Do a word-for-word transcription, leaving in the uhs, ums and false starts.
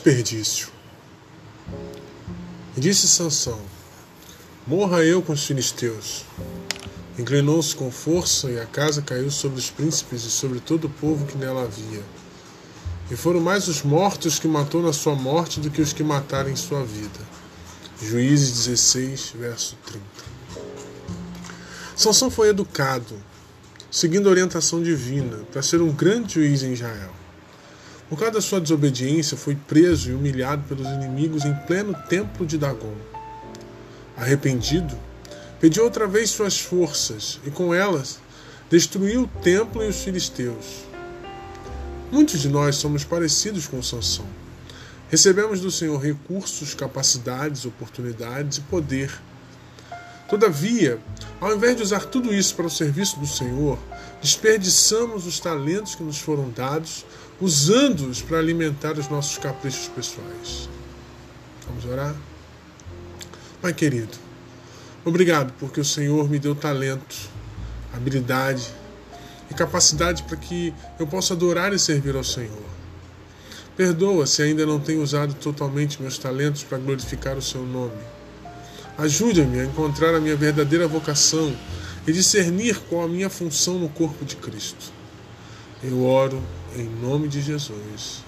desperdício. E disse Sansão: morra eu com os filisteus. Inclinou-se com força, e a casa caiu sobre os príncipes e sobre todo o povo que nela havia. E foram mais os mortos que matou na sua morte do que os que mataram em sua vida. Juízes dezesseis, verso trinta. Sansão foi educado, seguindo a orientação divina, para ser um grande juiz em Israel. Por causa da sua desobediência, foi preso e humilhado pelos inimigos em pleno templo de Dagon. Arrependido, pediu outra vez suas forças e, com elas, destruiu o templo e os filisteus. Muitos de nós somos parecidos com Sansão. Recebemos do Senhor recursos, capacidades, oportunidades e poder. Todavia, ao invés de usar tudo isso para o serviço do Senhor, desperdiçamos os talentos que nos foram dados, usando-os para alimentar os nossos caprichos pessoais. Vamos orar? Pai querido, obrigado porque o Senhor me deu talento, habilidade e capacidade para que eu possa adorar e servir ao Senhor. Perdoa se ainda não tenho usado totalmente meus talentos para glorificar o seu nome. Ajuda-me a encontrar a minha verdadeira vocação e discernir qual a minha função no corpo de Cristo. Eu oro em nome de Jesus.